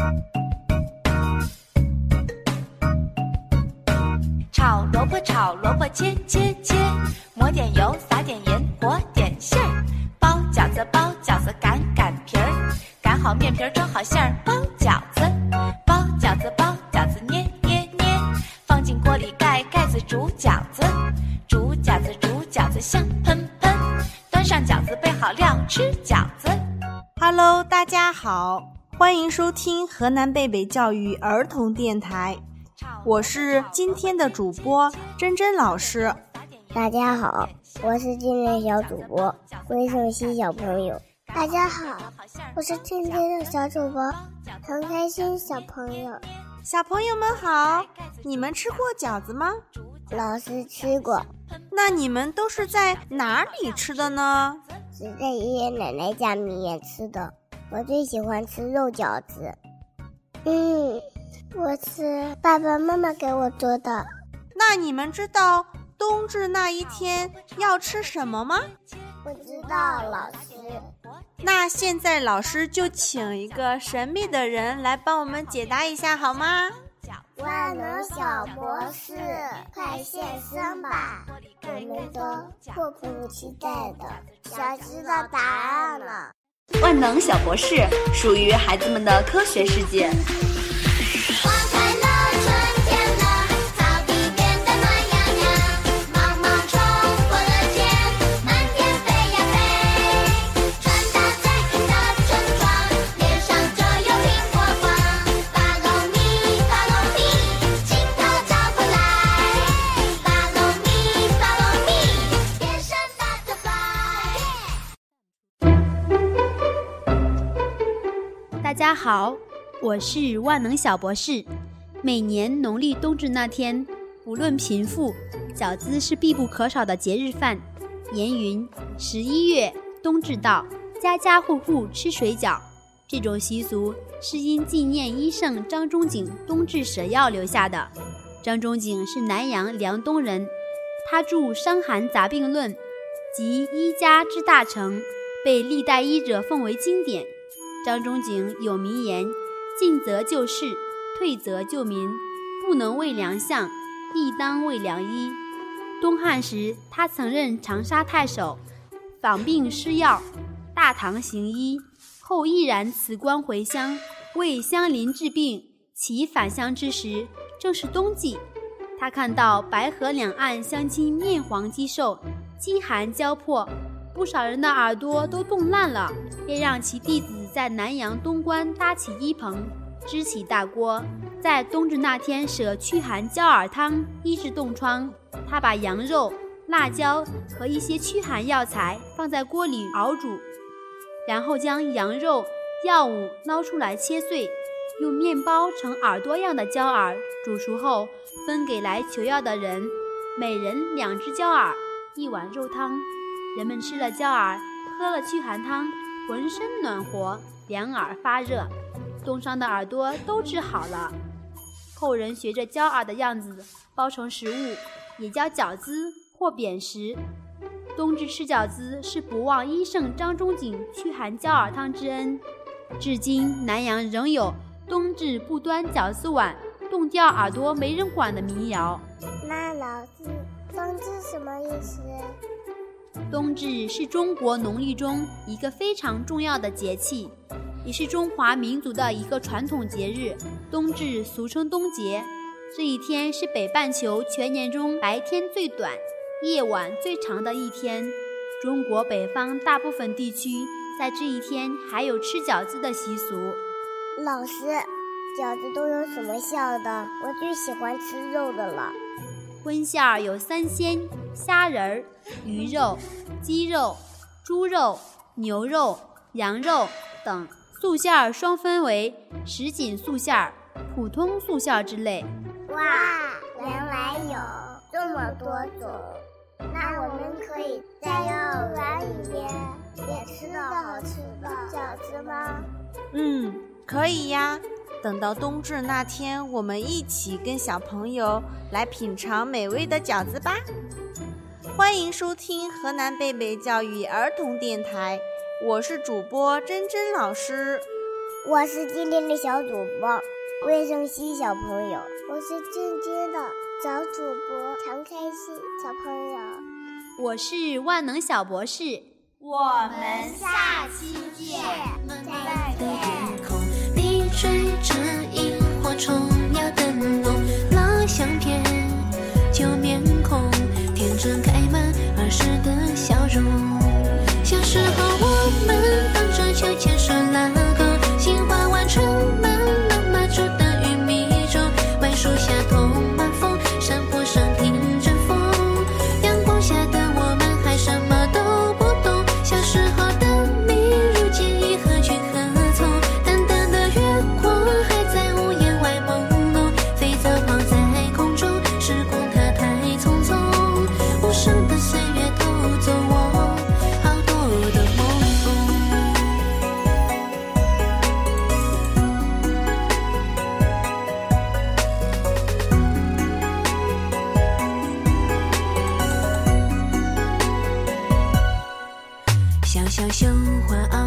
炒萝卜，炒萝卜切切切，抹点油，撒点盐，和点馅儿。包饺子，包饺子擀擀皮儿，擀好面皮儿，装好馅儿，包饺子。包饺子，包饺子捏捏捏，放进锅里盖盖子煮饺子。煮饺子，煮饺子香喷喷，端上饺子备好料，吃饺子。 Hello， 大家好，欢迎收听河南贝贝教育儿童电台，我是今天的主播珍珍老师。 大家好，我是今天小主播魏胜熙小朋友。 大家好，我是今天的小主播陈开心小朋友。 小朋友们好，你们吃过饺子吗？ 老师吃过。 那你们都是在哪里吃的呢？ 是在爷爷奶奶家里面吃的。我最喜欢吃肉饺子。 我吃爸爸妈妈给我做的。 那你们知道冬至那一天要吃什么吗？ 不知道，老师。 那现在老师就请一个神秘的人来帮我们解答一下好吗？ 万能小博士，快现身吧！我们都迫不及待的想知道答案了。 万能小博士属于孩子们的科学世界。 花开了，春天了，草地变得暖洋洋，毛毛虫过了街，满天飞呀飞。穿搭在新的村庄，脸上就有苹果光。Follow me, follow me， 镜头照过来。Follow me, follow me， 天上butterfly。 大家好，我是万能小博士。每年农历冬至那天，不论贫富，饺子是必不可少的节日饭。言云11月冬至到，家家户户吃水饺。这种习俗是因纪念医圣张仲景冬至舍药留下的。张仲景是南阳梁东人，他著《伤寒杂病论》及医家之大成，被历代医者奉为经典。张仲景有名言：进则救世，退则救民，不能为良相，亦当为良医。东汉时，他曾任长沙太守，访病施药，大唐行医，后毅然辞官回乡，为乡邻治病。其返乡之时，正是冬季，他看到白河两岸乡亲面黄肌瘦，饥寒交迫，不少人的耳朵都冻烂了，便让其弟子在南阳东关搭起医棚，支起大锅，在冬至那天舍驱寒焦耳汤，医治冻疮。他把羊肉、辣椒和一些驱寒药材放在锅里熬煮，然后将羊肉、药物捞出来切碎，用面包盛耳朵样的焦耳，煮熟后分给来求药的人，每人2只焦耳，1碗肉汤。人们吃了焦耳，喝了驱寒汤，浑身暖和，两耳发热，冻伤的耳朵都治好了。后人学着焦耳的样子包成食物，也叫饺子或扁食。冬至吃饺子是不忘医圣张仲景驱寒焦耳汤之恩。至今南阳仍有冬至不端饺子碗，冻掉耳朵没人管的民谣。 那老师，冬至什么意思？ 冬至是中国农历中一个非常重要的节气，也是中华民族的一个传统节日。冬至俗称冬节，这一天是北半球全年中白天最短、夜晚最长的一天。中国北方大部分地区在这一天还有吃饺子的习俗。 老师，饺子都有什么馅的？我最喜欢吃肉的了。 荤馅儿有3鲜、虾仁儿、鱼肉、鸡肉、猪肉、牛肉、羊肉等。素馅儿双分为什锦素馅儿、普通素馅儿之类。 哇，原来有这么多种。那我们可以在幼儿园里面也吃到好吃的饺子吗？ 可以呀。等到冬至那天，我们一起跟小朋友来品尝美味的饺子吧。欢迎收听河南贝贝教育儿童电台，我是主播珍珍老师。 我是今天的小主播魏胜熙小朋友。 我是今天的小主播常开心小朋友。 我是万能小博士。 我们下期见，再见。 你追着萤火虫要灯笼，拉相片旧面孔，天真开满儿时的笑容。小时候我们荡着秋千手拉钩，杏花湾充满了麻竹的玉米粥，槐树下痛马蜂，山坡上听着风，阳光下的我们还什么都不懂。小时候的你如今已何去何从，淡淡的月光还在屋檐外朦胧，飞早抛在空中，时光它太匆匆，无声的岁月偷走我好多的梦。小小绣花